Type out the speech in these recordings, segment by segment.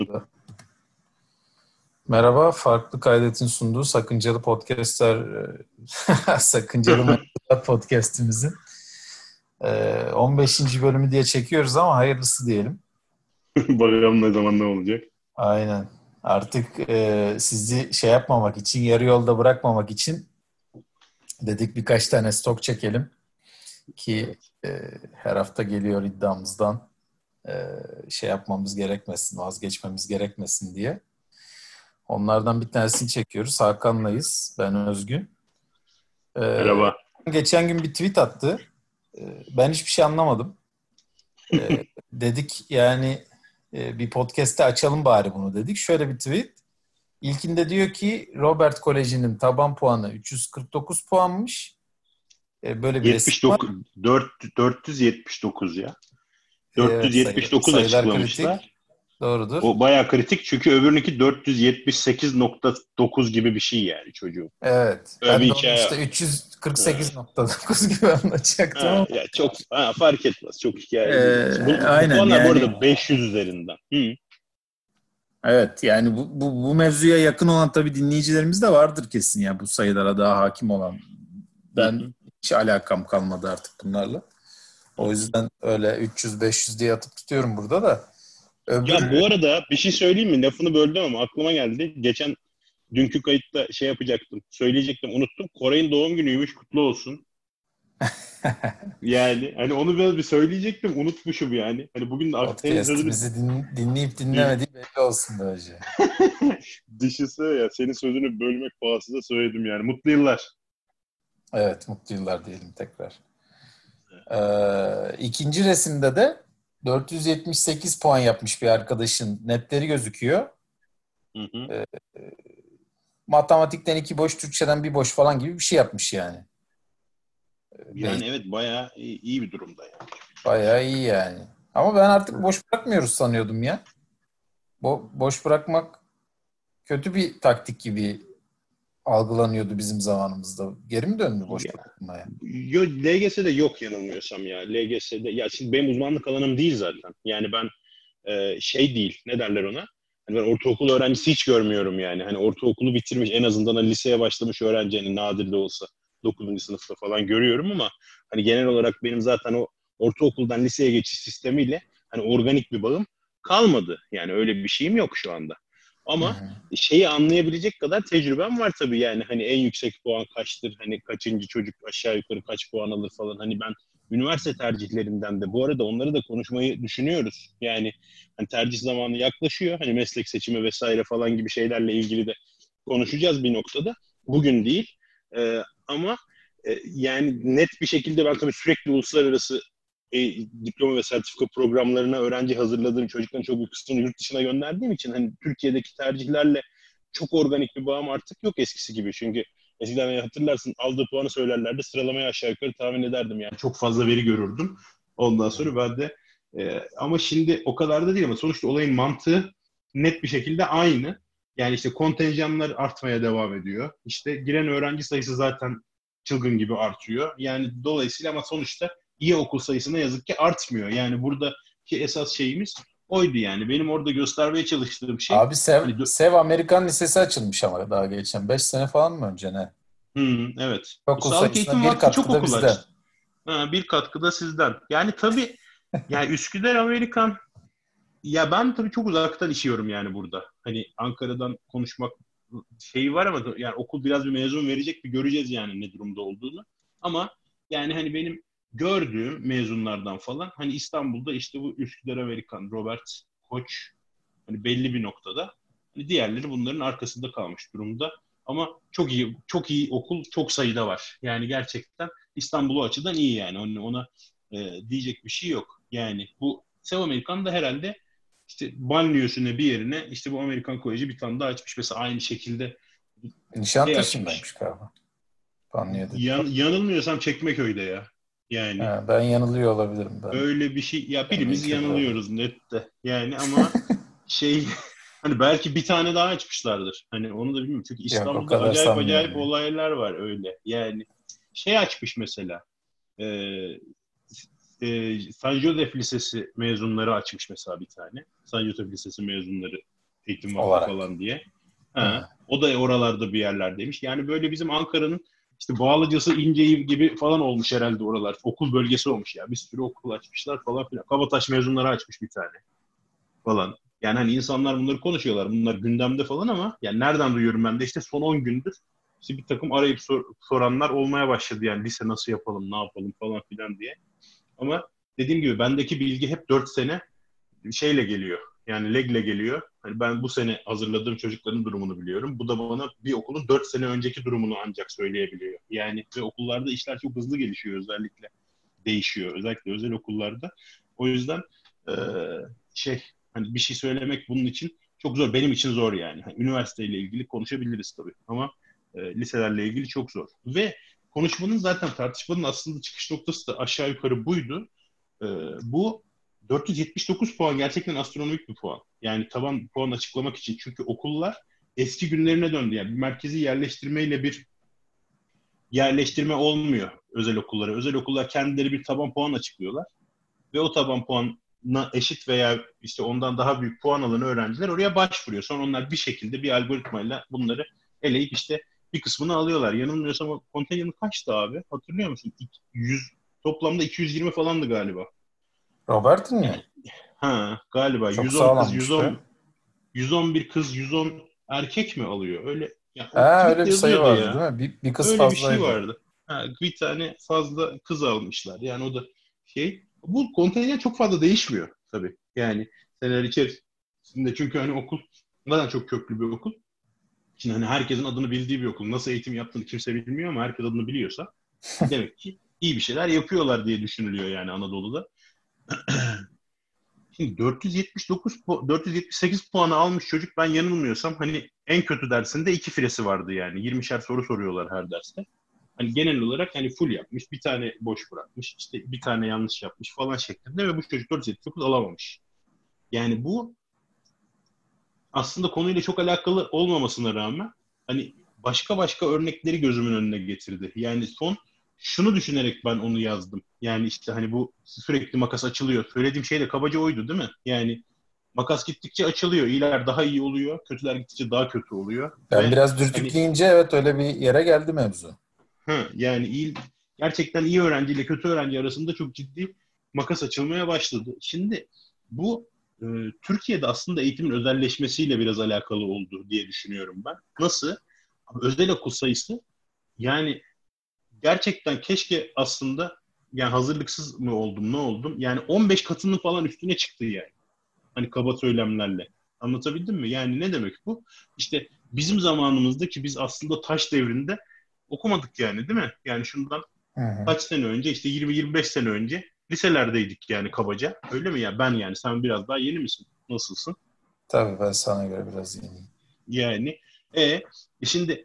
Merhaba, Farklı Kaydet'in sunduğu Sakıncalı Podcastler, Sakıncalı Mevzular Podcast'imizin 15. bölümü diye çekiyoruz ama hayırlısı diyelim. Bakalım ne zaman ne olacak. Aynen. Artık sizi şey yapmamak için, yarı yolda bırakmamak için dedik birkaç tane stok çekelim ki Evet. her hafta geliyor iddiamızdan şey yapmamız gerekmesin, vazgeçmemiz gerekmesin diye. Onlardan bir tanesini çekiyoruz. Hakan'layız. Ben Özgün. Ee, Merhaba. Geçen gün bir tweet attı. Ben hiçbir şey anlamadım. Dedik yani bir podcast'te açalım bari bunu dedik. Şöyle bir tweet. İlkinde diyor ki Robert Koleji'nin taban puanı 349 puanmış. Böyle bir resim var. 79 479 ya. Evet, 479 sayılar kritik. açıklamışlar. Doğrudur. O bayağı kritik çünkü öbürününki 478,9 gibi bir şey yani çocuğun. Evet. Öyle bir Ben de onu hikaye. işte Ha, 348,9 gibi anlatacaktım ha, ama ya çok fark etmez. Çok hikaye değil orası. Bu aynen puanlar bu yani. arada 500 üzerinden. Hı. Evet yani bu mevzuya yakın olan tabii dinleyicilerimiz de vardır kesin ya bu sayılara daha hakim olan. Hı Ben hı. hiç alakam kalmadı artık bunlarla. Hı O hı. yüzden öyle 300-500 diye atıp tutuyorum burada da. Ya Öbürü bu arada bir şey söyleyeyim mi? Lafını böldüm ama aklıma geldi. Dünkü kayıtta şey yapacaktım. Söyleyecektim. Unuttum. Kore'nin doğum günüymüş. Kutlu olsun. Yani hani onu biraz bir söyleyecektim. Unutmuşum yani. Hani bugün de senin sözünü podcast'imizi dinleyip dü- dinlemediği belli olsun böylece. dışısı ya senin sözünü bölmek pahasına söyledim yani. Mutlu yıllar. Evet, mutlu yıllar diyelim tekrar. İkinci resimde de 478 puan yapmış bir arkadaşın netleri gözüküyor. Hı hı. Ee, Matematikten iki boş, Türkçeden bir boş falan gibi bir şey yapmış yani. Yani evet bayağı iyi bir durumda yani. Bayağı iyi yani. Ama ben artık boş bırakmıyoruz sanıyordum ya. Boş bırakmak kötü bir taktik gibi algılanıyordu bizim zamanımızda. Geri mi döndü boş Ya, bırakmaya? LGS'de yok yanılmıyorsam ya. LGS'de ya şimdi benim uzmanlık alanım değil zaten. Yani ben şey değil. Ne derler ona? Hani ben ortaokul öğrencisi hiç görmüyorum yani. Hani ortaokulu bitirmiş en azından hani liseye başlamış öğrenci hani nadir de olsa 9. sınıfta falan görüyorum ama hani genel olarak benim zaten o ortaokuldan liseye geçiş sistemiyle hani organik bir bağım kalmadı. Yani öyle bir şeyim yok şu anda. Hı Ama hı. şeyi anlayabilecek kadar tecrübem var tabii yani hani en yüksek puan kaçtır hani kaçıncı çocuk aşağı yukarı kaç puan alır falan hani ben üniversite tercihlerinden de bu arada onları da konuşmayı düşünüyoruz. Yani hani tercih zamanı yaklaşıyor. Hani meslek seçimi vesaire falan gibi şeylerle ilgili de konuşacağız bir noktada. Bugün değil. Ama yani net bir şekilde ben tabii sürekli uluslararası diploma ve sertifika programlarına öğrenci hazırladığım çocukların çok büyük kısmını yurt dışına gönderdiğim için hani Türkiye'deki tercihlerle çok organik bir bağım artık yok eskisi gibi. Çünkü eskiden hatırlarsın aldığı puanı söylerlerdi. Sıralamayı aşağı yukarı tahmin ederdim yani. Çok fazla veri görürdüm. Ondan sonra ben de ama şimdi o kadar da değil ama sonuçta olayın mantığı net bir şekilde aynı. Yani işte kontenjanlar artmaya devam ediyor. İşte giren öğrenci sayısı zaten çılgın gibi artıyor. Yani dolayısıyla ama sonuçta iyi okul sayısı ne yazık ki artmıyor. Yani buradaki esas şeyimiz oydu yani. Benim orada göstermeye çalıştığım şey Abi Sev, hani Sev Amerikan Lisesi açılmış ama daha geçen 5 sene falan mı önce ne? evet. Okul Sağlık sayısına Eğitim bir Vakfı çok katkı da okul bizden. açtı. Ha, bir katkı da sizden. Yani tabii yani Üsküdar Amerikan ya ben tabii çok uzaktan işiyorum yani burada. Hani Ankara'dan konuşmak şeyi var ama yani okul biraz bir mezun verecek bir göreceğiz yani ne durumda olduğunu. Ama yani hani benim gördüğüm mezunlardan falan hani İstanbul'da işte bu Üsküdar Amerikan, Robert Koç hani belli bir noktada. Hani diğerleri bunların arkasında kalmış durumda. Ama çok iyi çok iyi okul çok sayıda var. Yani gerçekten İstanbul o açıdan iyi yani. Ona diyecek bir şey yok. Yani bu Sev Amerikan da herhalde işte banliyösüne bir yerine işte bu Amerikan Koleji bir tane daha açmış. Mesela aynı şekilde şey açmış. Nişantaşı'ndaymış galiba. Panlıyor dedik. Yanılmıyorsam Çekmeköy'de ya. Yani Ha, ben yanılıyor olabilirim ben. öyle bir şey ya Benim birimiz iyi kötü olabilir. yanılıyoruz nette. Yani ama şey hani belki bir tane daha açmışlardır. Hani onu da bilmiyorum. Çünkü Yok o İstanbul'da kadar acayip acayip sanmıyorum ya. olaylar var öyle. Yani şey açmış mesela. E, San Josef Lisesi mezunları açmış mesela bir tane. San Josef Lisesi mezunları Eğitim Vakfı olarak. falan diye. Hı. Ha, o da oralarda bir yerlerdeymiş. Yani böyle bizim Ankara'nın işte Bağlıcası, İnceği gibi falan olmuş herhalde oralar. Okul bölgesi olmuş ya. Bir sürü okul açmışlar falan filan. Kabataş mezunları açmış bir tane falan. Yani hani insanlar bunları konuşuyorlar. Bunlar gündemde falan ama yani nereden duyuyorum ben de işte son 10 gündür işte bir takım arayıp soranlar olmaya başladı. Yani lise nasıl yapalım, ne yapalım falan filan diye. Ama dediğim gibi bendeki bilgi hep 4 sene şeyle geliyor. Yani legle geliyor. Hani ben bu sene hazırladığım çocukların durumunu biliyorum. Bu da bana bir okulun 4 sene önceki durumunu ancak söyleyebiliyor. Yani ve okullarda işler çok hızlı gelişiyor özellikle. Değişiyor. Özellikle özel okullarda. O yüzden e, şey hani bir şey söylemek bunun için çok zor. Benim için zor yani. Hani üniversiteyle ilgili konuşabiliriz tabii. Ama liselerle ilgili çok zor. Ve konuşmanın zaten tartışmanın aslında çıkış noktası da aşağı yukarı buydu. Ee, Bu 479 puan gerçekten astronomik bir puan. Yani taban puan açıklamak için. Çünkü okullar eski günlerine döndü. Yani bir merkezi yerleştirmeyle bir yerleştirme olmuyor özel okullara. Özel okullar kendileri bir taban puan açıklıyorlar. Ve o taban puanına eşit veya işte ondan daha büyük puan alan öğrenciler oraya başvuruyor. Sonra onlar bir şekilde bir algoritmayla bunları eleyip işte bir kısmını alıyorlar. Yanılmıyorsam o kontenjanı kaçtı abi? Hatırlıyor musun? 100, toplamda 220 falandı galiba. Robert'in mi? Ha, galiba Çok 110 kız, sağlammış be. 111 kız, 110 erkek mi alıyor? Öyle ya o Ha, öyle tweette bir sayı yazıyordu vardı ya. değil mi? Bir kız Öyle bir şey fazlaydı. vardı. Ha, bir tane fazla kız almışlar. Yani o da şey. Bu kontenjan çok fazla değişmiyor tabii. Yani seneler içerisinde çünkü hani okul zaten çok köklü bir okul. Şimdi hani herkesin adını bildiği bir okul. Nasıl eğitim yaptığını kimse bilmiyor ama herkes adını biliyorsa demek ki iyi bir şeyler yapıyorlar diye düşünülüyor yani Anadolu'da. Şimdi 478 puanı almış çocuk ben yanılmıyorsam hani en kötü dersinde 2 firesi vardı yani. 20'şer soru soruyorlar her derste. Hani genel olarak hani full yapmış, bir tane boş bırakmış, işte bir tane yanlış yapmış falan şeklinde ve bu çocuk 479 alamamış. Yani bu aslında konuyla çok alakalı olmamasına rağmen hani başka örnekleri gözümün önüne getirdi. Yani son şunu düşünerek ben onu yazdım. Yani işte hani bu sürekli makas açılıyor. Söylediğim şey de kabaca oydu değil mi? Yani makas gittikçe açılıyor. İyiler daha iyi oluyor. Kötüler gittikçe daha kötü oluyor. Ben Ve biraz hani dürtükleyince evet öyle bir yere geldi mevzu. yani gerçekten iyi öğrenci ile kötü öğrenci arasında çok ciddi makas açılmaya başladı. Şimdi bu e, Türkiye'de aslında eğitimin özelleşmesiyle biraz alakalı oldu diye düşünüyorum ben. Nasıl? Özel okul sayısı yani gerçekten keşke aslında yani hazırlıksız mı oldum ne oldum? Yani 15 katının falan üstüne çıktı yani. Hani kaba söylemlerle. Anlatabildim mi? Yani ne demek bu? İşte bizim zamanımızda ki biz aslında taş devrinde okumadık yani değil mi? Yani şundan Hı hı. kaç sene önce işte 20-25 sene önce liselerdeydik yani kabaca. Öyle mi ya? Ben yani sen biraz daha yeni misin? Nasılsın? Tabii ben sana göre biraz yeniyim. Yani e, şimdi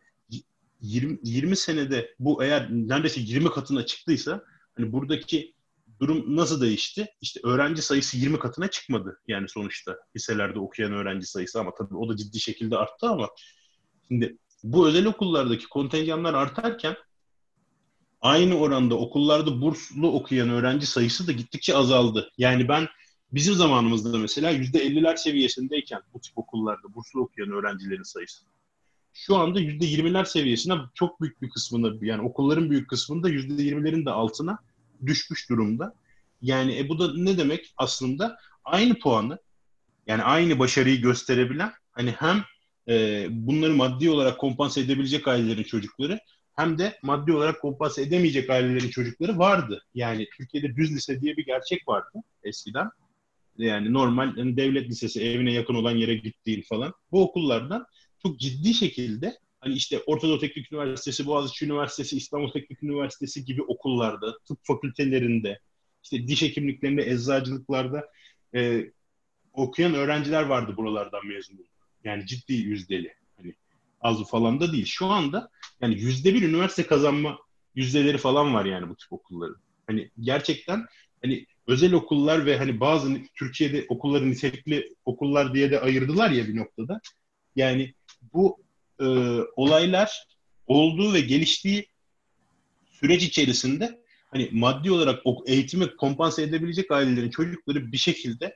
20 senede bu eğer neredeyse 20 katına çıktıysa hani buradaki durum nasıl değişti? İşte öğrenci sayısı 20 katına çıkmadı yani sonuçta liselerde okuyan öğrenci sayısı ama tabii o da ciddi şekilde arttı ama şimdi bu özel okullardaki kontenjanlar artarken aynı oranda okullarda burslu okuyan öğrenci sayısı da gittikçe azaldı. Yani ben bizim zamanımızda mesela %50'ler seviyesindeyken bu tip okullarda burslu okuyan öğrencilerin sayısı şu anda %20'ler seviyesine çok büyük bir kısmında yani okulların büyük kısmında %20'lerin de altına düşmüş durumda. Yani bu da ne demek aslında aynı puanı yani aynı başarıyı gösterebilen hani hem bunları maddi olarak kompanse edebilecek ailelerin çocukları hem de maddi olarak kompanse edemeyecek ailelerin çocukları vardı. Yani Türkiye'de düz lise diye bir gerçek vardı eskiden. Yani normal yani devlet lisesi evine yakın olan yere gittiğin falan. Bu okullardan çok ciddi şekilde hani işte Ortadoğu Teknik Üniversitesi, Boğaziçi Üniversitesi, İstanbul Teknik Üniversitesi gibi okullarda, tıp fakültelerinde, işte diş hekimliklerinde, eczacılıklarda e, okuyan öğrenciler vardı buralardan mezun olan. Yani ciddi yüzdeli. Hani az falan da değil. Şu anda yani %1 üniversite kazanma yüzdeleri falan var yani bu tip okulların. Hani gerçekten hani özel okullar ve hani bazı Türkiye'de okulları nitelikli okullar diye de ayırdılar ya bir noktada. Yani bu e, olaylar olduğu ve geliştiği süreç içerisinde hani maddi olarak o eğitimi kompanse edebilecek ailelerin çocukları bir şekilde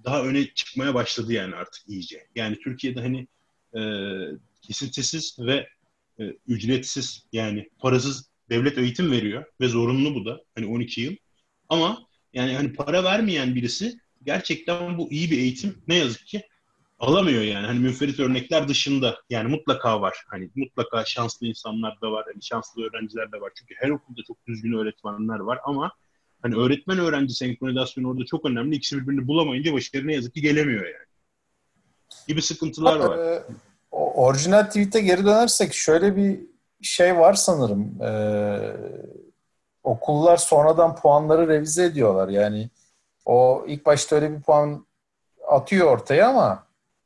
daha öne çıkmaya başladı yani artık iyice. Yani Türkiye'de hani e, kesintisiz ve ücretsiz yani parasız devlet eğitim veriyor ve zorunlu bu da hani 12 yıl. Ama yani hani para vermeyen birisi gerçekten bu iyi bir eğitim ne yazık ki alamıyor yani. Hani münferit örnekler dışında yani mutlaka var. Hani mutlaka şanslı insanlar da var. Hani şanslı öğrenciler de var. Çünkü her okulda çok düzgün öğretmenler var ama hani öğretmen öğrenci senkronizasyonu orada çok önemli. İkisi birbirini bulamayınca başarı ne yazık ki gelemiyor yani. Gibi sıkıntılar var. Orijinal tweet'e geri dönersek şöyle bir şey var sanırım. Okullar sonradan puanları revize ediyorlar. Yani o ilk başta öyle bir puan atıyor ortaya ama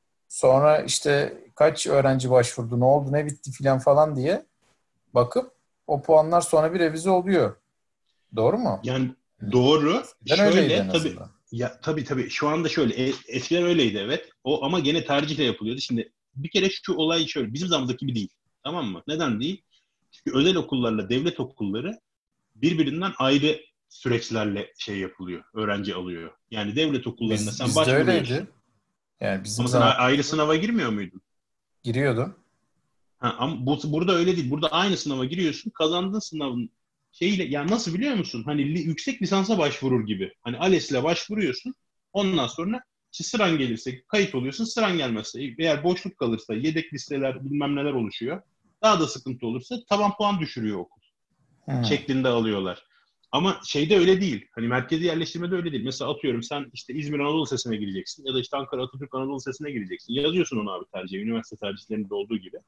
sonra işte kaç öğrenci başvurdu, ne oldu, ne bitti filan falan diye bakıp o puanlar sonra bir revize oluyor. Doğru mu? Yani Yani doğru. eskiden öyleydi en Şöyle tabii azından. ya tabii şu anda şöyle eskiden öyleydi evet. O ama gene tercihle yapılıyordu. Şimdi bir kere şu olay şöyle bizim zamanımızdaki gibi değil. Tamam mı? Neden değil? Çünkü özel okullarla devlet okulları birbirinden ayrı süreçlerle şey yapılıyor. Öğrenci alıyor. Yani devlet okullarında sen Bizde öyleydi. başvuruyorsun. Yani bizim Ama sen zaman ayrı sınava girmiyor muydun? giriyordum. Ha, ama burada öyle değil. Burada aynı sınava giriyorsun. Kazandığın sınavın şeyle ya nasıl biliyor musun? Hani yüksek lisansa başvurur gibi. Hani ALES'le başvuruyorsun. Ondan sonra işte sıran gelirse kayıt oluyorsun. Sıran gelmezse eğer boşluk kalırsa yedek listeler bilmem neler oluşuyor. Daha da sıkıntı olursa taban puan düşürüyor okul. Hmm. Şeklinde alıyorlar. Ama şeyde öyle değil. Hani merkezi yerleştirmede öyle değil. Mesela atıyorum sen işte İzmir Anadolu Lisesi'ne gireceksin ya da işte Ankara Atatürk Anadolu Lisesi'ne gireceksin. Yazıyorsun onu abi tercihe. Üniversite tercihlerinde olduğu gibi.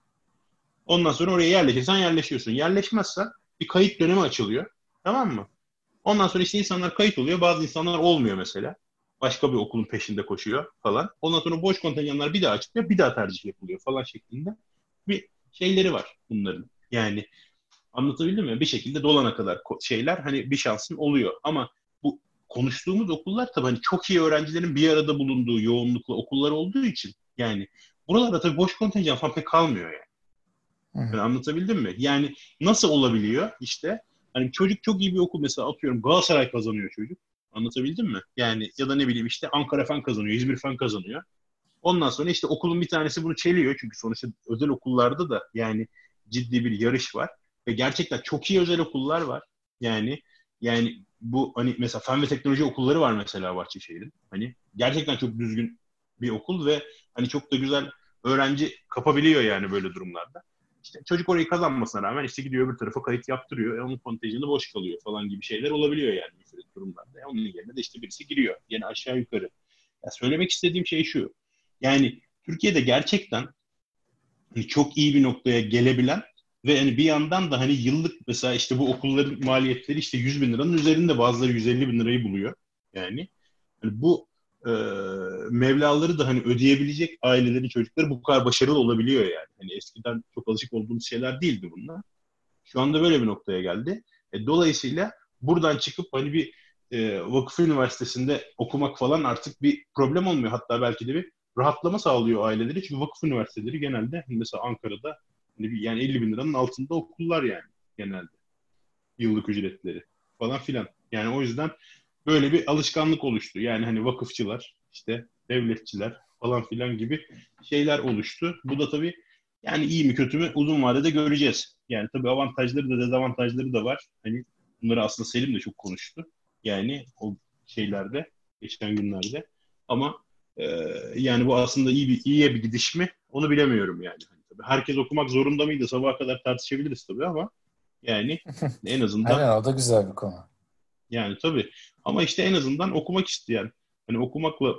Ondan sonra oraya yerleşirsen yerleşiyorsun. Yerleşmezsen bir kayıt dönemi açılıyor. Tamam mı? Ondan sonra işte insanlar kayıt oluyor. Bazı insanlar olmuyor mesela. Başka bir okulun peşinde koşuyor falan. Ondan sonra boş kontenjanlar bir daha açılıyor. Bir daha tercih yapılıyor falan şeklinde. Bir şeyleri var bunların. Yani anlatabildim mi? Bir şekilde dolana kadar şeyler hani bir şansın oluyor. Ama bu konuştuğumuz okullar tabii hani çok iyi öğrencilerin bir arada bulunduğu yoğunlukla okullar olduğu için yani buralarda tabii boş kontenjan falan pek kalmıyor yani. Hmm. Yani anlatabildim mi? Yani nasıl olabiliyor işte? Hani çocuk çok iyi bir okul mesela atıyorum Galatasaray kazanıyor çocuk. Anlatabildim mi? Yani ya da ne bileyim işte Ankara Fen kazanıyor, İzmir Fen kazanıyor. Ondan sonra işte okulun bir tanesi bunu çeliyor. Çünkü sonuçta özel okullarda da yani ciddi bir yarış var. Ve gerçekten çok iyi özel okullar var. Yani yani bu hani mesela fen ve teknoloji okulları var mesela Bahçeşehir'in. Hani gerçekten çok düzgün bir okul ve hani çok da güzel öğrenci kapabiliyor yani böyle durumlarda. İşte çocuk orayı kazanmasına rağmen işte gidiyor öbür tarafa kayıt yaptırıyor. Onun kontenjanı boş kalıyor falan gibi şeyler olabiliyor yani müfredat durumlarda. Onun yerine de işte birisi giriyor. Yani aşağı yukarı. Ya söylemek istediğim şey şu. Yani Türkiye'de gerçekten hani çok iyi bir noktaya gelebilen ve hani bir yandan da hani yıllık mesela işte bu okulların maliyetleri işte 100 bin liranın üzerinde bazıları 150 bin lirayı buluyor. Yani hani bu e, mevlaları da hani ödeyebilecek ailelerin çocukları bu kadar başarılı olabiliyor yani. Hani eskiden çok alışık olduğumuz şeyler değildi bunlar. Şu anda böyle bir noktaya geldi. Dolayısıyla buradan çıkıp hani bir vakıf üniversitesinde okumak falan artık bir problem olmuyor. Hatta belki de bir rahatlama sağlıyor aileleri. Çünkü vakıf üniversiteleri genelde mesela Ankara'da hani yani 50 bin liranın altında okullar yani genelde. Yıllık ücretleri falan filan. Yani o yüzden böyle bir alışkanlık oluştu. Yani hani vakıfçılar, işte devletçiler falan filan gibi şeyler oluştu. Bu da tabii yani iyi mi kötü mü uzun vadede göreceğiz. Yani tabii avantajları da dezavantajları da var. Hani bunları aslında Selim de çok konuştu. Yani o şeylerde, geçen günlerde. Ama e, yani bu aslında iyiye bir gidiş mi? Onu bilemiyorum yani. Hani tabii herkes okumak zorunda mıydı? Sabaha kadar tartışabiliriz tabii ama yani en azından Aynen o da güzel bir konu. yani tabii ama işte en azından okumak isteyen hani okumakla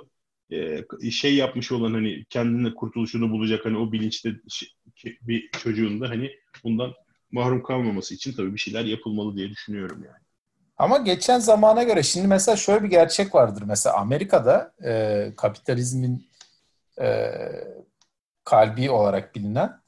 şey yapmış olan hani kendine kurtuluşunu bulacak hani o bilinçte bir çocuğun da hani bundan mahrum kalmaması için tabii bir şeyler yapılmalı diye düşünüyorum yani. Ama geçen zamana göre şimdi mesela şöyle bir gerçek vardır. Mesela Amerika'da kapitalizmin e, kalbi olarak bilinen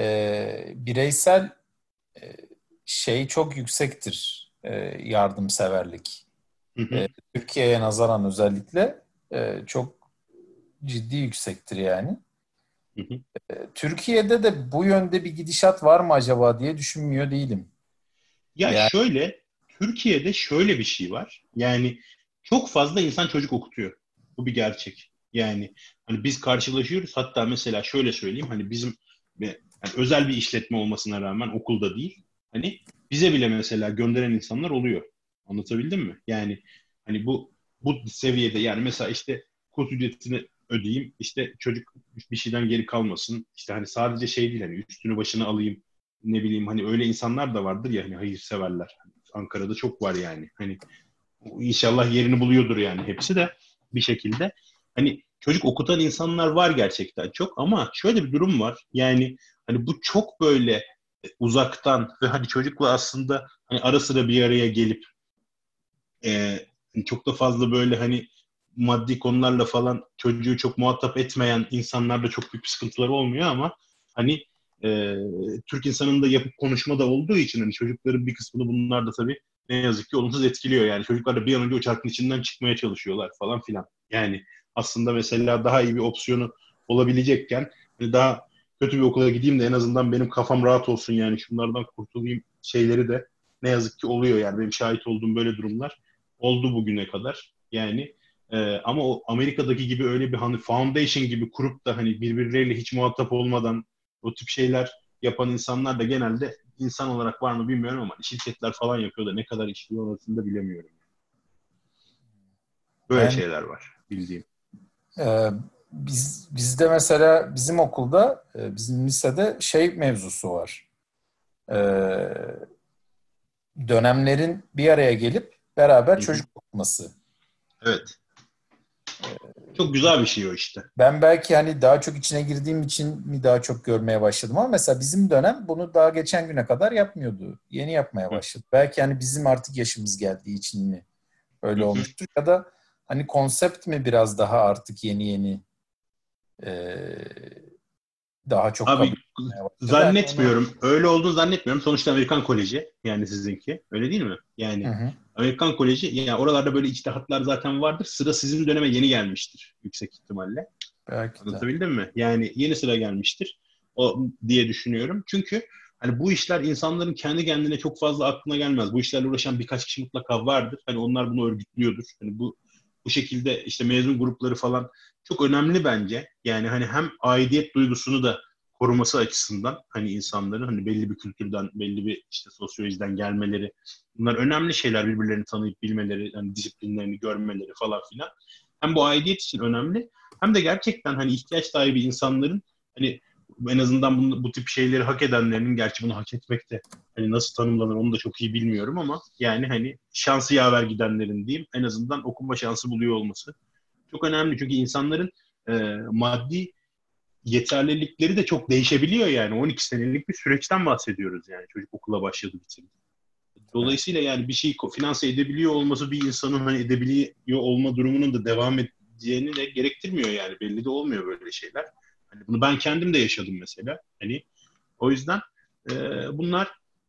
bireysel e, şey çok yüksektir, yardımseverlik. Hı hı, Türkiye'ye nazaran özellikle çok ciddi yüksektir yani. hı hı. Türkiye'de de bu yönde bir gidişat var mı acaba diye düşünmüyor değilim. Ya Yani şöyle Türkiye'de şöyle bir şey var. Yani çok fazla insan çocuk okutuyor. Bu bir gerçek. Yani hani biz karşılaşıyoruz. Hatta mesela şöyle söyleyeyim, hani bizim yani özel bir işletme olmasına rağmen okulda değil. Hani bize bile mesela gönderen insanlar oluyor. Anlatabildim mi? Yani hani bu seviyede, yani mesela işte kurs ücretini ödeyeyim, işte çocuk bir şeyden geri kalmasın. İşte hani sadece şey değil, hani üstünü başına alayım, ne bileyim, hani öyle insanlar da vardır ya, hani hayırseverler. Ankara'da çok var yani. Hani İnşallah yerini buluyordur yani hepsi de bir şekilde. Hani çocuk okutan insanlar var gerçekten çok, ama şöyle bir durum var. Yani hani bu çok böyle uzaktan ve hani çocukla aslında hani ara sıra bir araya gelip e, çok da fazla böyle hani maddi konularla falan çocuğu çok muhatap etmeyen insanlarda çok büyük bir sıkıntıları olmuyor, ama hani e, Türk insanının da yapıp konuşma da olduğu için hani çocukların bir kısmını bunlar da tabii ne yazık ki olumsuz etkiliyor. Yani çocuklar da bir an önce o çarkın içinden çıkmaya çalışıyorlar falan filan. Yani aslında mesela daha iyi bir opsiyonu olabilecekken hani daha kötü bir okula gideyim de en azından benim kafam rahat olsun, yani şunlardan kurtulayım şeyleri de ne yazık ki oluyor. Yani benim şahit olduğum böyle durumlar oldu bugüne kadar. Yani ama o Amerika'daki gibi öyle bir hani foundation gibi kurup da hani birbirleriyle hiç muhatap olmadan o tip şeyler yapan insanlar da genelde insan olarak var mı bilmiyorum, ama şirketler falan yapıyor da ne kadar işliyor orasını da bilemiyorum. Böyle Yani şeyler var bildiğim. e, bizde mesela bizim okulda, bizim lisede şey mevzusu var. E, Dönemlerin bir araya gelip beraber Hı hı. çocuk okuması. Evet. Çok güzel bir şey o işte. Ben belki hani daha çok içine girdiğim için mi daha çok görmeye başladım, ama mesela bizim dönem bunu daha geçen güne kadar yapmıyordu. Yeni yapmaya Hı başladı. Belki hani bizim artık yaşımız geldiği için mi hı. öyle Hı. olmuştur, ya da hani konsept mi biraz daha artık yeni yeni daha çok kabul Abi etmeye başladı. Hani onu. zannetmiyorum. Öyle olduğunu zannetmiyorum. Sonuçta Amerikan Koleji, yani sizinki. Öyle değil mi? Hı Yani hı, Amerikan Koleji, yani oralarda böyle içtihatlar zaten vardır. Sıra sizin döneme yeni gelmiştir yüksek ihtimalle. belki de. Anlatabildim mi? Yani yeni sıra gelmiştir. O diye düşünüyorum. Çünkü hani bu işler insanların kendi kendine çok fazla aklına gelmez. Bu işlerle uğraşan birkaç kişi mutlaka vardır. Hani onlar bunu örgütlüyordur. Hani bu şekilde işte mezun grupları falan çok önemli bence. Yani hani hem aidiyet duygusunu da koruması açısından hani insanların hani belli bir kültürden, belli bir işte sosyolojiden gelmeleri, bunlar önemli şeyler, birbirlerini tanıyıp bilmeleri, hani disiplinlerini görmeleri falan filan. Hem bu aidiyet için önemli, hem de gerçekten hani ihtiyaç sahibi insanların hani en azından bu tip şeyleri hak edenlerinin, gerçi bunu hak etmek de hani nasıl tanımlanır onu da çok iyi bilmiyorum, ama yani hani şansı yaver gidenlerin diyeyim, en azından okuma şansı buluyor olması çok önemli. Çünkü insanların maddi yeterlilikleri de çok değişebiliyor yani. 12 senelik bir süreçten bahsediyoruz yani, çocuk okula başladı bitirdi. Evet. Dolayısıyla yani bir şeyi finanse edebiliyor olması bir insanın hani edebiliyor olma durumunun da devam edeceğini de gerektirmiyor yani. Belli de olmuyor böyle şeyler. Hani bunu ben kendim de yaşadım mesela. Hani o yüzden e, bunlar,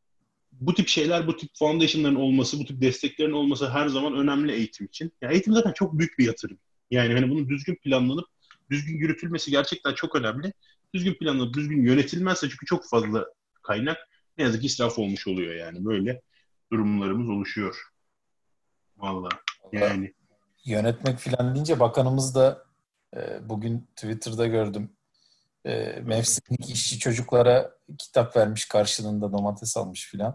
bu tip şeyler, bu tip foundation'ların olması, bu tip desteklerin olması her zaman önemli eğitim için. Ya eğitim zaten çok büyük bir yatırım. Yani hani bunun düzgün planlanıp düzgün yürütülmesi gerçekten çok önemli. Düzgün planlanıp düzgün yönetilmezse, çünkü çok fazla kaynak ne yazık ki israf olmuş oluyor yani. Böyle durumlarımız oluşuyor. Vallahi Valla yani. yönetmek falan deyince bakanımız da bugün Twitter'da gördüm. Mevsimlik işçi çocuklara kitap vermiş, karşılığında domates almış filan.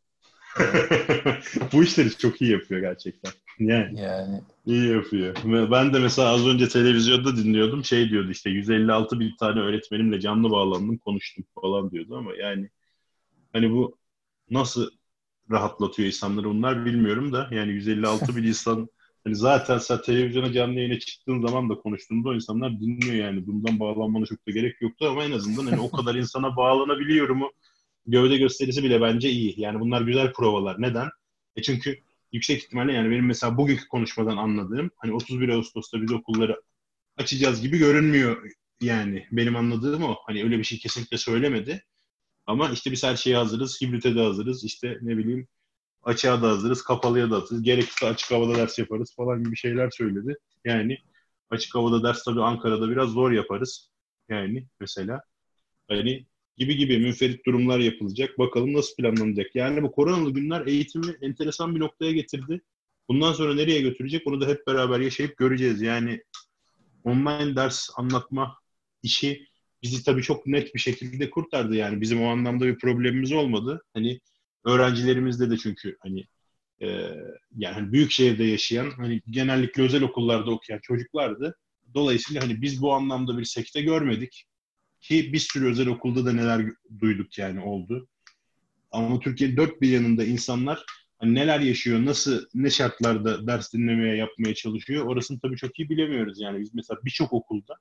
E, Bu işleri çok iyi yapıyor gerçekten. Yani Yani iyi yapıyor. Ben de mesela az önce televizyonda dinliyordum. Şey diyordu, işte 156 bin tane öğretmenimle canlı bağlandım, konuştum falan diyordu, ama yani hani bu nasıl rahatlatıyor insanları bunlar bilmiyorum da, yani 156 bin insan, hani zaten sen televizyona canlı yayına çıktığın zaman da konuştuğunda o insanlar dinliyor yani. Bundan bağlanmana çok da gerek yoktu, ama en azından hani o kadar insana bağlanabiliyor mu gövde gösterisi bile bence iyi. Yani bunlar güzel provalar. Neden? Çünkü yüksek ihtimalle, yani benim mesela bugünkü konuşmadan anladığım, hani 31 Ağustos'ta biz okulları açacağız gibi görünmüyor yani. Benim anladığım o. Hani öyle bir şey kesinlikle söylemedi. Ama işte biz her şeye hazırız. Hibrite de hazırız. İşte ne bileyim, açığa da hazırız. Kapalıya da hazırız. Gerekirse açık havada ders yaparız falan gibi şeyler söyledi. Yani açık havada ders tabii Ankara'da biraz zor yaparız. Yani mesela hani gibi münferit durumlar yapılacak. Bakalım nasıl planlanacak. Yani bu koronalı günler eğitimi enteresan bir noktaya getirdi. Bundan sonra nereye götürecek onu da hep beraber yaşayıp göreceğiz. Yani online ders anlatma işi bizi tabii çok net bir şekilde kurtardı. Yani bizim o anlamda bir problemimiz olmadı. Hani öğrencilerimizde de çünkü hani e, yani hani büyük şehirde yaşayan hani genellikle özel okullarda okuyan çocuklardı. Dolayısıyla hani biz bu anlamda bir sekte görmedik ki bir sürü özel okulda da neler duyduk yani oldu. Ama Türkiye'nin dört bir yanında insanlar hani neler yaşıyor, nasıl, ne şartlarda ders dinlemeye, yapmaya çalışıyor orasını tabii çok iyi bilemiyoruz. Yani biz mesela birçok okulda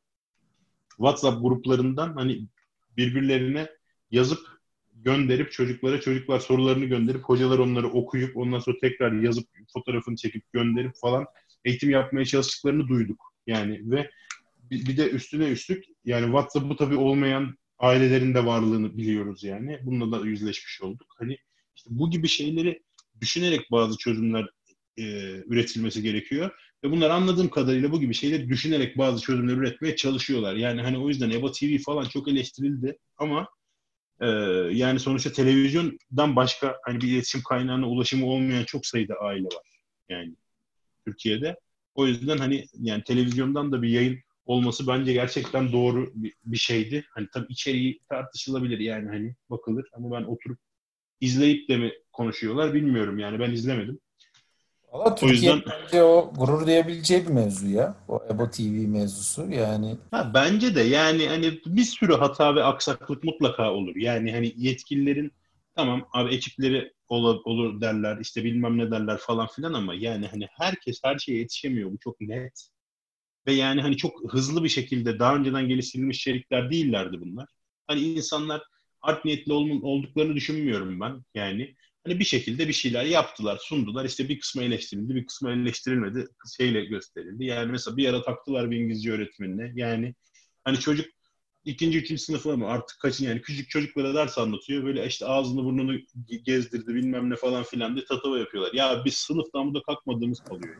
WhatsApp gruplarından hani birbirlerine yazıp gönderip çocuklar sorularını gönderip hocalar onları okuyup ondan sonra tekrar yazıp fotoğrafını çekip gönderip falan eğitim yapmaya çalıştıklarını duyduk. Yani ve bir de üstüne üstlük yani WhatsApp'ı tabii olmayan ailelerin de varlığını biliyoruz yani. Bununla da yüzleşmiş olduk. Hani işte bu gibi şeyleri düşünerek bazı çözümler e, üretilmesi gerekiyor. Ve bunlar anladığım kadarıyla bu gibi şeyleri düşünerek bazı çözümler üretmeye çalışıyorlar. Yani hani o yüzden EBA TV falan çok eleştirildi ama e, yani sonuçta televizyondan başka hani bir iletişim kaynağına ulaşımı olmayan çok sayıda aile var. Yani Türkiye'de. O yüzden hani yani televizyondan da bir yayın olması bence gerçekten doğru bir şeydi. Hani tabii içeriği tartışılabilir yani hani bakılır ama ben oturup izleyip de mi konuşuyorlar bilmiyorum yani ben izlemedim. Valla O Türkiye yüzden bence o gurur duyabileceği bir mevzu ya. O EBO TV mevzusu. Yani ha, bence de yani hani bir sürü hata ve aksaklık mutlaka olur. Yani hani yetkililerin tamam abi ekipleri olur derler işte bilmem ne derler falan filan ama yani hani herkes her şeye yetişemiyor. Bu çok net. Ve yani hani çok hızlı bir şekilde daha önceden geliştirilmiş içerikler değillerdi bunlar. Hani insanlar art niyetli olduklarını düşünmüyorum ben. Yani hani bir şekilde bir şeyler yaptılar, sundular. İşte bir kısmı eleştirildi, bir kısmı eleştirilmedi. Şeyle gösterildi. Yani mesela bir ara taktılar bir İngilizce öğretmenine. Yani hani çocuk ikinci, üçüncü sınıfı mı artık kaçın yani küçük çocuklara ders anlatıyor. Böyle işte ağzını burnunu gezdirdi bilmem ne falan filan diye tatava yapıyorlar. Ya biz sınıftan burada kalkmadığımız kalıyor.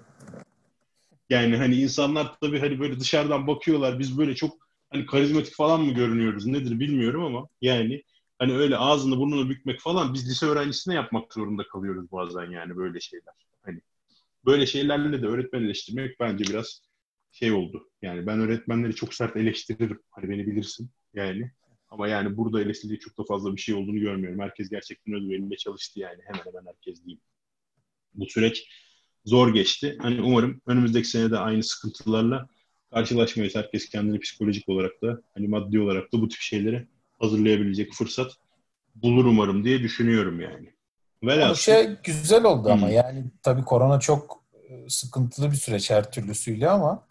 Yani hani insanlar tabii hani böyle dışarıdan bakıyorlar. Biz böyle çok hani karizmatik falan mı görünüyoruz nedir bilmiyorum ama yani hani öyle ağzını burnunu bükmek falan biz lise öğrencisine yapmak zorunda kalıyoruz bazen yani böyle şeyler. Hani böyle şeylerle de öğretmen eleştirmek bence biraz şey oldu. Yani ben öğretmenleri çok sert eleştiririm. Hani beni bilirsin yani. Ama yani burada eleştirecek çok da fazla bir şey olduğunu görmüyorum. Herkes gerçekten özveriyle çalıştı yani. Hemen hemen herkes diyeyim. Bu süreç zor geçti. Hani umarım önümüzdeki sene de aynı sıkıntılarla karşılaşmayız. Herkes kendini psikolojik olarak da hani maddi olarak da bu tip şeyleri hazırlayabilecek fırsat bulur umarım diye düşünüyorum yani. bu Velhasıl şey güzel oldu ama hmm, yani tabii korona çok sıkıntılı bir süreç her türlüsüyle ama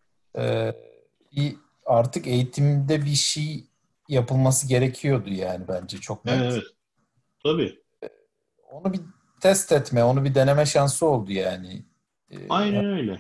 e, bir artık eğitimde bir şey yapılması gerekiyordu yani bence çok net. evet tabii. Onu bir test etme, onu bir deneme şansı oldu yani. E, Aynen öyle.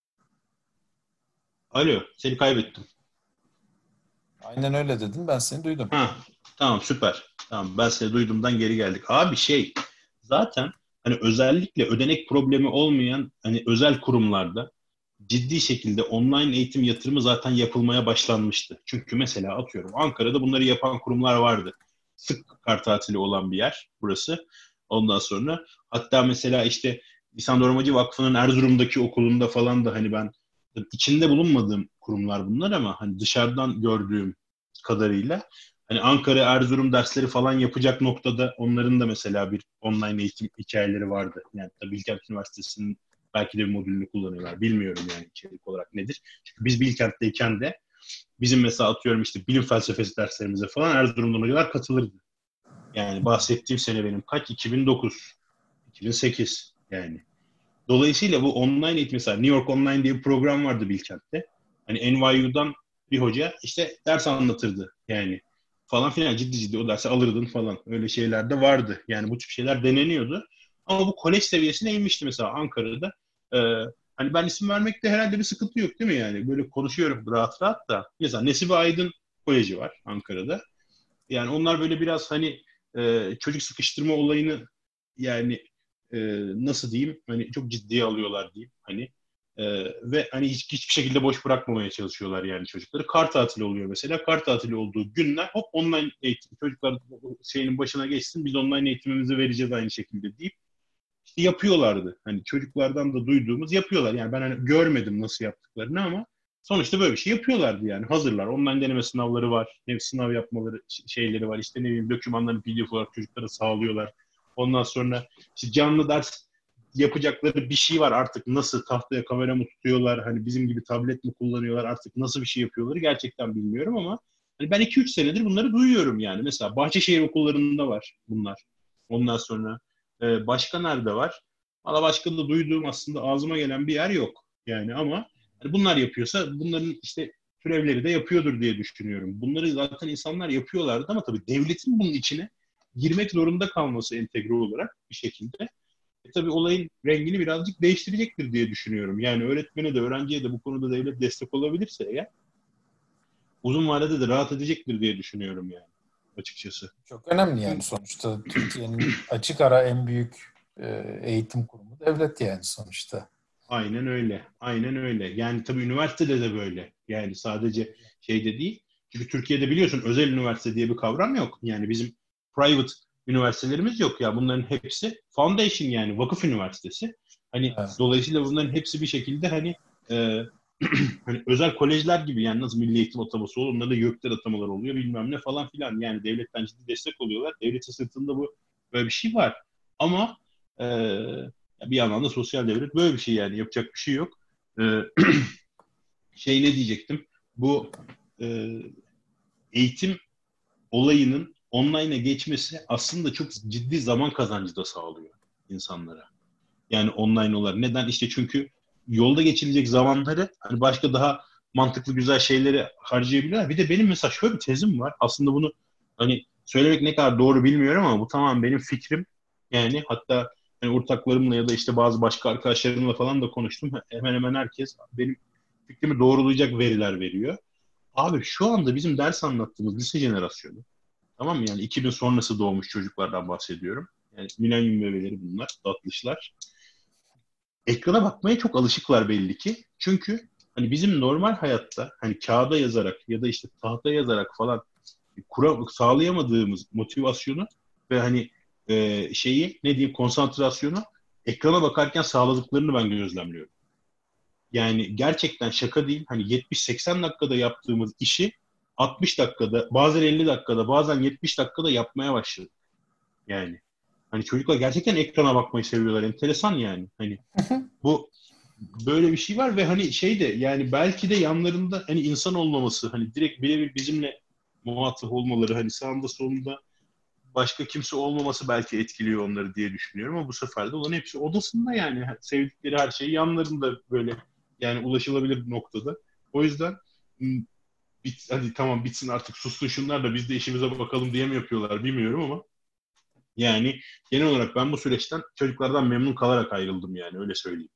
Alo, seni kaybettim. aynen öyle dedim, ben seni duydum. Ha, tamam süper. Tamam ben seni duyduğumdan geri geldik. Abi şey zaten hani özellikle ödenek problemi olmayan hani özel kurumlarda ciddi şekilde online eğitim yatırımı zaten yapılmaya başlanmıştı. Çünkü mesela atıyorum Ankara'da bunları yapan kurumlar vardı. Sık kar tatili olan bir yer burası. Ondan sonra hatta mesela işte İhsan Dormacı Vakfı'nın Erzurum'daki okulunda falan da hani ben içinde bulunmadığım kurumlar bunlar ama hani dışarıdan gördüğüm kadarıyla hani Ankara, Erzurum dersleri falan yapacak noktada onların da mesela bir online eğitim hikayeleri vardı. Yani tabii Bilkent Üniversitesi'nin belki de bir modülünü kullanıyorlar. Bilmiyorum yani içerik olarak nedir. Çünkü biz Bilkent'teyken de bizim mesela atıyorum işte bilim felsefesi derslerimize falan Erzurum'dan hocalar katılırdı. Yani bahsettiğim sene benim kaç? 2009, 2008 yani. Dolayısıyla bu online eğitim mesela New York Online diye bir program vardı Bilkent'te. Hani NYU'dan bir hoca işte ders anlatırdı yani falan filan ciddi ciddi o dersi alırdın falan. Öyle şeyler de vardı. Yani bu tip şeyler deneniyordu. Ama bu kolej seviyesine inmişti mesela Ankara'da. Ee, hani ben isim vermekte herhalde bir sıkıntı yok değil mi yani? Böyle konuşuyorum rahat rahat da. Mesela Nesibe Aydın Koleji var Ankara'da. Yani onlar böyle biraz hani çocuk sıkıştırma olayını yani e, nasıl diyeyim hani çok ciddiye alıyorlar diyeyim hani ve hani hiçbir şekilde boş bırakmamaya çalışıyorlar yani çocukları. Kar tatili oluyor mesela. Kar tatili olduğu günler hop online eğitim. Çocuklar şeyinin başına geçsin biz online eğitimimizi vereceğiz aynı şekilde deyip işte yapıyorlardı. Hani çocuklardan da duyduğumuz yapıyorlar. Yani ben hani görmedim nasıl yaptıklarını ama sonuçta böyle bir şey yapıyorlardı yani. Hazırlar. Online deneme sınavları var. Ne sınav yapmaları şeyleri var. İşte ne bileyim dokümanlarını PDF olarak çocuklara sağlıyorlar. Ondan sonra işte canlı ders yapacakları bir şey var artık. Nasıl tahtaya kamera mı tutuyorlar? Hani bizim gibi tablet mi kullanıyorlar? Artık nasıl bir şey yapıyorlar? Gerçekten bilmiyorum ama hani ben 2-3 senedir bunları duyuyorum yani. Mesela Bahçeşehir okullarında var bunlar. Ondan sonra başka nerede var? Valla başka da duyduğum aslında ağzıma gelen bir yer yok. Yani ama hani bunlar yapıyorsa bunların işte türevleri de yapıyordur diye düşünüyorum. Bunları zaten insanlar yapıyorlardı ama tabii devletin bunun içine girmek zorunda kalması entegre olarak bir şekilde tabii olayın rengini birazcık değiştirecektir diye düşünüyorum. Yani öğretmene de öğrenciye de bu konuda devlet destek olabilirse eğer uzun vadede de rahat edecektir diye düşünüyorum yani açıkçası. Çok önemli yani sonuçta Türkiye'nin açık ara en büyük eğitim kurumu devlet yani sonuçta. Aynen öyle. Aynen öyle. Yani tabii üniversitede de böyle. Yani sadece şeyde değil. Çünkü Türkiye'de biliyorsun özel üniversite diye bir kavram yok. Yani bizim private üniversitelerimiz yok ya. Bunların hepsi foundation yani vakıf üniversitesi. Hani Evet. dolayısıyla bunların hepsi bir şekilde hani e, hani özel kolejler gibi yani nasıl milli eğitim ataması olur, onlarda YÖK'ler atamalar oluyor bilmem ne falan filan. Yani devletten ciddi destek oluyorlar. Devletin sırtında bu böyle bir şey var. Ama e, bir yandan da sosyal devlet böyle bir şey yani yapacak bir şey yok. E, şey ne diyecektim? Bu e, eğitim olayının online'a geçmesi aslında çok ciddi zaman kazancı da sağlıyor insanlara. Yani online olarak. Neden? İşte çünkü yolda geçirilecek zamanları hani başka daha mantıklı güzel şeyleri harcayabiliyorlar. Bir de benim mesela şöyle bir tezim var. Aslında bunu hani söylemek ne kadar doğru bilmiyorum ama bu tamamen benim fikrim. Yani hatta hani ortaklarımla ya da işte bazı başka arkadaşlarımla falan da konuştum. Hemen hemen herkes benim fikrimi doğrulayacak veriler veriyor. Abi şu anda bizim ders anlattığımız lise jenerasyonu, tamam mı? Yani 2000 sonrası doğmuş çocuklardan bahsediyorum. Yani milenyum bebeleri bunlar, tatlışlar. Ekrana bakmaya çok alışıklar belli ki. Çünkü hani bizim normal hayatta hani kağıda yazarak ya da işte tahta yazarak falan sağlayamadığımız motivasyonu ve hani şeyi ne diyeyim konsantrasyonu ekrana bakarken sağladıklarını ben gözlemliyorum. Yani gerçekten şaka değil. Hani 70-80 dakikada yaptığımız işi 60 dakikada, bazen 50 dakikada, bazen 70 dakikada yapmaya başladık. Yani hani çocuklar gerçekten ekrana bakmayı seviyorlar. Enteresan yani. Hani bu böyle bir şey var ve hani şey de yani belki de yanlarında hani insan olmaması hani direkt birebir bizimle muhatap olmaları hani sağında solunda başka kimse olmaması belki etkiliyor onları diye düşünüyorum ama bu sefer de olan hepsi odasında yani sevdikleri her şey yanlarında böyle yani ulaşılabilir bir noktada. O yüzden hadi tamam bitsin artık sussun şunlar da biz de işimize bakalım diye mi yapıyorlar bilmiyorum ama yani genel olarak ben bu süreçten çocuklardan memnun kalarak ayrıldım yani öyle söyleyeyim.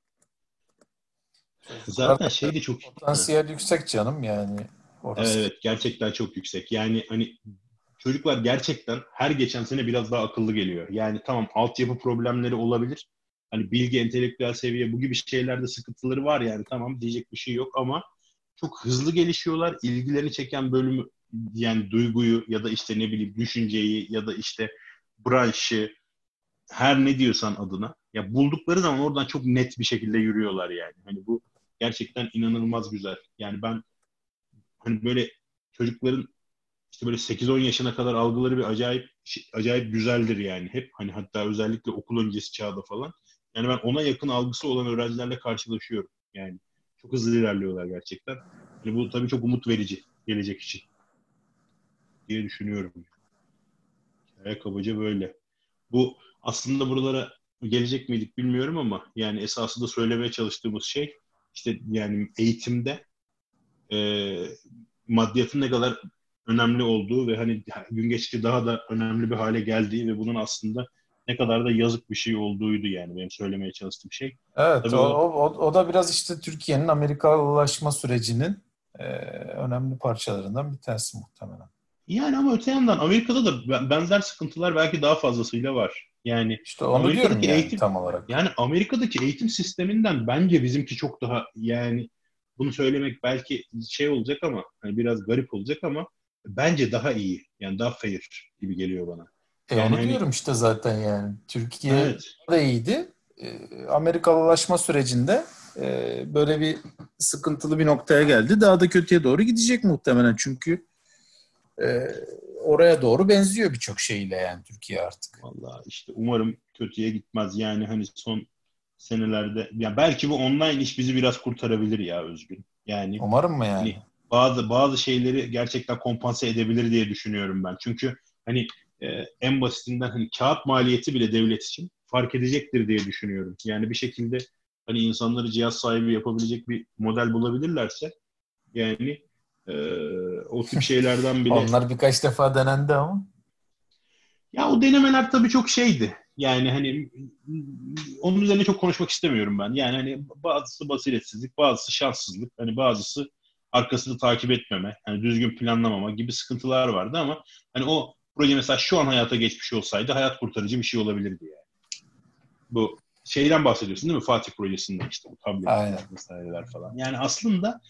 Zaten Çocuklarda şey de çok. potansiyel yüksek canım yani orası. Evet gerçekten çok yüksek. Yani hani çocuklar gerçekten her geçen sene biraz daha akıllı geliyor. Yani tamam altyapı problemleri olabilir. Hani bilgi, entelektüel seviye bu gibi şeylerde sıkıntıları var yani tamam diyecek bir şey yok ama çok hızlı gelişiyorlar. İlgilerini çeken bölümü yani duyguyu ya da işte ne bileyim düşünceyi ya da işte branşı her ne diyorsan adına ya buldukları zaman oradan çok net bir şekilde yürüyorlar yani. Hani bu gerçekten inanılmaz güzel. Yani ben hani böyle çocukların işte böyle 8-10 yaşına kadar algıları bir acayip güzeldir yani hep hani hatta özellikle okul öncesi çağda falan. Yani ben ona yakın algısı olan öğrencilerle karşılaşıyorum. Yani çok hızlı ilerliyorlar gerçekten. Yani bu tabii çok umut verici gelecek için diye düşünüyorum. Hikaye kabaca böyle. Bu aslında buralara gelecek miydik bilmiyorum ama yani esasında söylemeye çalıştığımız şey işte yani eğitimde e, maddiyatın ne kadar önemli olduğu ve hani gün geçtikçe daha da önemli bir hale geldiği ve bunun aslında ne kadar da yazık bir şey olduğuydu yani benim söylemeye çalıştığım şey. Evet, Tabii o o da biraz işte Türkiye'nin Amerikalılaşma sürecinin önemli parçalarından bir tanesi muhtemelen. yani ama öte yandan Amerika'da da benzer sıkıntılar belki daha fazlasıyla var. Yani İşte onu diyorum Amerika'daki yani eğitim tam olarak. yani Amerika'daki eğitim sisteminden bence bizimki çok daha yani bunu söylemek belki şey olacak ama hani biraz garip olacak ama bence daha iyi. Yani daha fair gibi geliyor bana. Yani Onu hani diyorum işte zaten yani. Türkiye evet. da iyiydi. Amerikalılaşma sürecinde böyle bir sıkıntılı bir noktaya geldi. Daha da kötüye doğru gidecek muhtemelen. Çünkü oraya doğru benziyor birçok şeyle yani Türkiye artık. Vallahi işte umarım kötüye gitmez. Yani hani son senelerde ya belki bu online iş bizi biraz kurtarabilir ya Özgün. Yani Umarım mı yani? hani bazı şeyleri gerçekten kompanse edebilir diye düşünüyorum ben. Çünkü hani en basitinden hani kağıt maliyeti bile devlet için fark edecektir diye düşünüyorum. Yani bir şekilde hani insanları cihaz sahibi yapabilecek bir model bulabilirlerse yani e, o tip şeylerden bile Onlar birkaç defa denendi ama. ya o denemeler tabii çok şeydi. Yani hani onun üzerine çok konuşmak istemiyorum ben. Yani hani bazısı basiretsizlik, bazısı şanssızlık, hani bazısı arkasını takip etmeme, hani düzgün planlamama gibi sıkıntılar vardı ama hani o proje mesela şu an hayata geçmiş olsaydı hayat kurtarıcı bir şey olabilirdi yani. Bu şeyden bahsediyorsun değil mi? Fatih projesinden işte bu tabletler Aynen. vesaireler falan. Yani aslında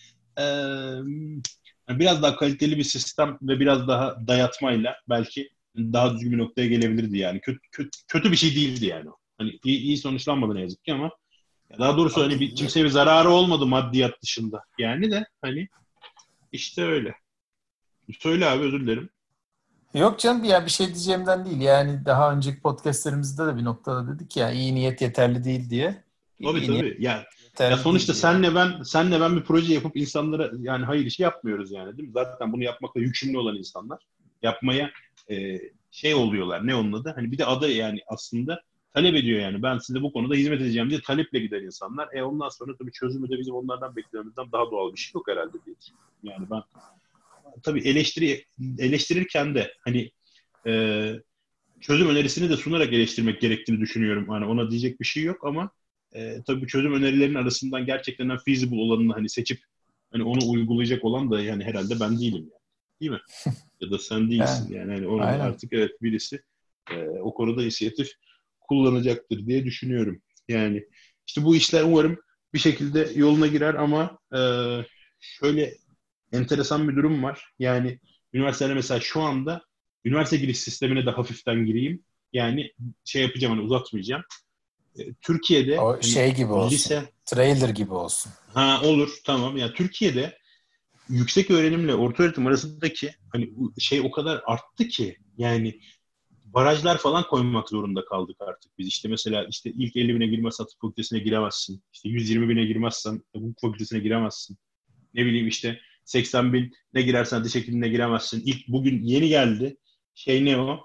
biraz daha kaliteli bir sistem ve biraz daha dayatmayla belki daha düzgün bir noktaya gelebilirdi yani. Kötü bir şey değildi yani. Hani iyi sonuçlanmadı ne yazık ki ama daha doğrusu hani Abi, kimseye bir zararı olmadı maddiyat dışında. Yani de hani işte öyle. Söyle abi özür dilerim. yok canım ya bir şey diyeceğimden değil. Yani daha önceki podcastlerimizde de bir noktada dedik ya iyi niyet yeterli değil diye. Tabii İyi niyet tabii. Ya yeterli sonuçta değil yani. senle ben bir proje yapıp insanlara yani hayır işi yapmıyoruz yani değil mi? Zaten bunu yapmakla yükümlü olan insanlar yapmaya şey oluyorlar. Ne onun adı? Hani bir de adı yani aslında talep ediyor yani. Ben size bu konuda hizmet edeceğim diye taleple giden insanlar. Ondan sonra tabii çözümü de bizim onlardan beklememizden daha doğal bir şey yok herhalde diye düşünüyorum. Yani ben tabii eleştirirken de hani e, çözüm önerisini de sunarak eleştirmek gerektiğini düşünüyorum. Hani ona diyecek bir şey yok ama tabii çözüm önerilerinin arasından gerçekten feasible olanını hani seçip hani onu uygulayacak olan da yani herhalde ben değilim yani. Değil mi? Ya da sen Yani değilsin yani. Hani onu da aynen. artık evet birisi o konuda inisiyatif kullanacaktır diye düşünüyorum. Yani işte bu işler umarım bir şekilde yoluna girer ama şöyle enteresan bir durum var. Yani üniversitede mesela şu anda üniversite giriş sistemine de hafiften gireyim. Yani şey yapacağım hani uzatmayacağım. Türkiye'de O hani şey gibi olsun. lise Trailer gibi olsun. ha olur tamam ya Türkiye'de yüksek öğrenimle orta öğretim arasındaki hani şey o kadar arttı ki yani barajlar falan koymak zorunda kaldık artık biz. İşte mesela işte ilk 50 bine girmezsen tıp fakültesine giremezsin. İşte 120 bine girmezsen hukuk fakültesine giremezsin. Ne bileyim işte 80 bin ne girersen diş hekimliğine giremezsin. İlk bugün yeni geldi. Şey ne o?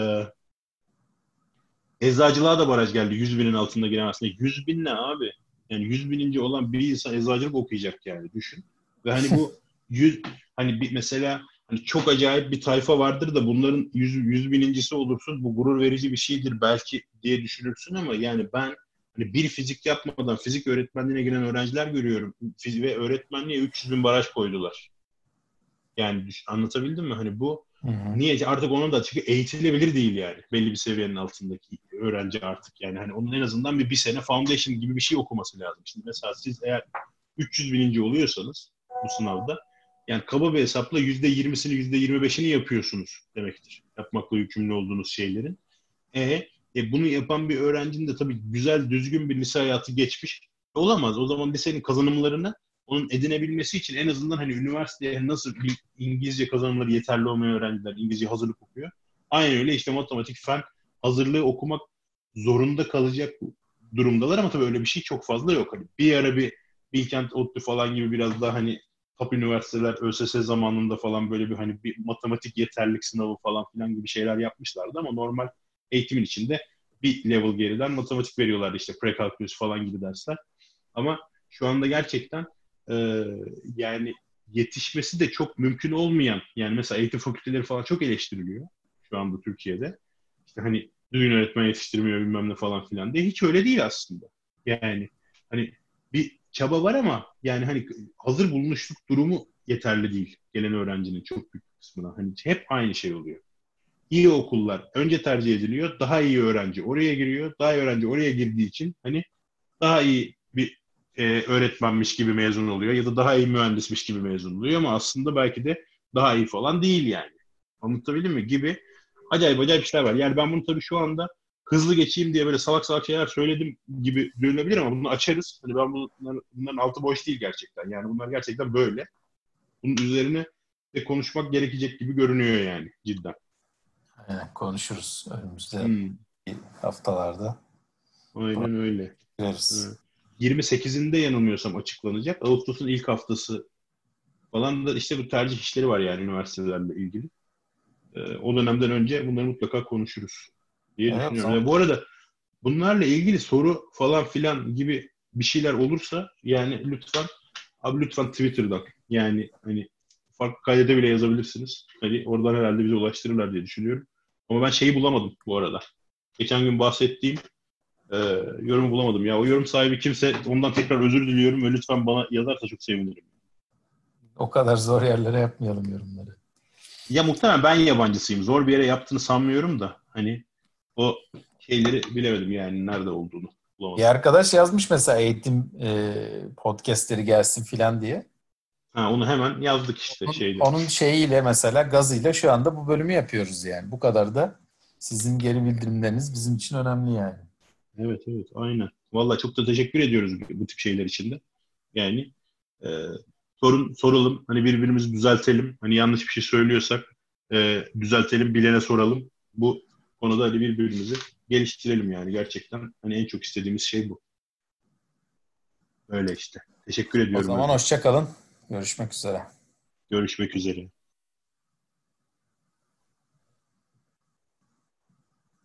Eczacılığa da baraj geldi. 100 binin altında giremezsin. 100 bin ne abi? Yani 100 bininci olan bir insan eczacılık okuyacak yani düşün. Ve hani bu 100 hani bir mesela hani çok acayip bir tayfa vardır da bunların 100 binincisi olursun. Bu gurur verici bir şeydir belki diye düşünürsün ama yani ben hani bir fizik yapmadan fizik öğretmenliğine giren öğrenciler görüyorum. Ve öğretmenliğe 300 bin baraj koydular. Yani anlatabildim mi? Hani bu Hı hı. niye artık onun da çünkü eğitilebilir değil yani belli bir seviyenin altındaki öğrenci artık yani hani onun en azından bir sene foundation gibi bir şey okuması lazım. Şimdi mesela siz eğer 300 bininci oluyorsanız bu sınavda yani kaba bir hesapla %20'sini %25'ini yapıyorsunuz demektir. Yapmakla yükümlü olduğunuz şeylerin. Bunu yapan bir öğrencinin de tabii güzel, düzgün bir lise hayatı geçmiş olamaz. O zaman lisenin kazanımlarını onun edinebilmesi için en azından hani üniversiteye nasıl bir İngilizce kazanımları yeterli olmayan öğrenciler İngilizce hazırlık okuyor. Aynı öyle işte matematik, fen hazırlığı okumak zorunda kalacak durumdalar ama tabii öyle bir şey çok fazla yok. Hani bir ara bir Bilkent, ODTÜ falan gibi biraz daha hani top üniversiteler ÖSS zamanında falan böyle bir hani bir matematik yeterlilik sınavı falan filan gibi şeyler yapmışlardı ama normal eğitimin içinde bir level geriden matematik veriyorlardı işte prekalkülüs falan gibi dersler. Ama şu anda gerçekten e, yani yetişmesi de çok mümkün olmayan yani mesela eğitim fakülteleri falan çok eleştiriliyor şu anda Türkiye'de. İşte hani düzgün öğretmen yetiştirmiyor bilmem ne falan filan diye. Hiç öyle değil aslında. Yani hani bir çaba var ama yani hani hazır bulunuşluk durumu yeterli değil gelen öğrencinin çok büyük kısmına. Hani hep aynı şey oluyor. İyi okullar önce tercih ediliyor. Daha iyi öğrenci oraya giriyor. Daha iyi öğrenci oraya girdiği için hani daha iyi bir öğretmenmiş gibi mezun oluyor ya da daha iyi mühendismiş gibi mezun oluyor ama aslında belki de daha iyi falan değil yani. Anlatabildim mi? Gibi acayip acayip işler var. Yani ben bunu tabii şu anda hızlı geçeyim diye böyle salak salak şeyler söyledim gibi görünebilir ama bunu açarız. Hani ben bunların altı boş değil gerçekten. Yani bunlar gerçekten böyle. Bunun üzerine de konuşmak gerekecek gibi görünüyor yani cidden. Aynen, konuşuruz önümüzde Hmm, haftalarda. aynen öyle. Görürüz. Evet. 28'inde yanılmıyorsam açıklanacak. Ağustos'un ilk haftası falan da işte bu tercih işleri var yani üniversitelerle ilgili. O dönemden önce bunları mutlaka konuşuruz diye Evet, o düşünüyorum. zaman Bu arada bunlarla ilgili soru falan filan gibi bir şeyler olursa yani lütfen Twitter'dan yani hani farklı kaydede bile yazabilirsiniz. Hani oradan herhalde bize ulaştırırlar diye düşünüyorum. Ama ben şeyi bulamadım bu arada. Geçen gün bahsettiğim e, yorumu bulamadım. Ya o yorum sahibi kimse ondan tekrar özür diliyorum ve lütfen bana yazarsa çok sevinirim. o kadar zor yerlere yapmayalım yorumları. Ya muhtemelen ben yabancısıyım. Zor bir yere yaptığını sanmıyorum da hani o şeyleri bilemedim yani nerede olduğunu Bir bulamadım. arkadaş yazmış mesela eğitim podcastleri gelsin filan diye. Ha, onu hemen yazdık işte şeyde. Onun şeyiyle mesela gazıyla şu anda bu bölümü yapıyoruz yani. Bu kadar da sizin geri bildirimleriniz bizim için önemli yani. Evet evet aynen. Vallahi çok da teşekkür ediyoruz bu tip şeyler için de. Yani e, soralım hani birbirimizi düzeltelim. Hani yanlış bir şey söylüyorsak düzeltelim, bilene soralım. Bu konuda hani birbirimizi geliştirelim yani gerçekten. Hani en çok istediğimiz şey bu. Öyle işte. Teşekkür O ediyorum zaman Özgür. hoşça kalın. Görüşmek üzere. Görüşmek üzere.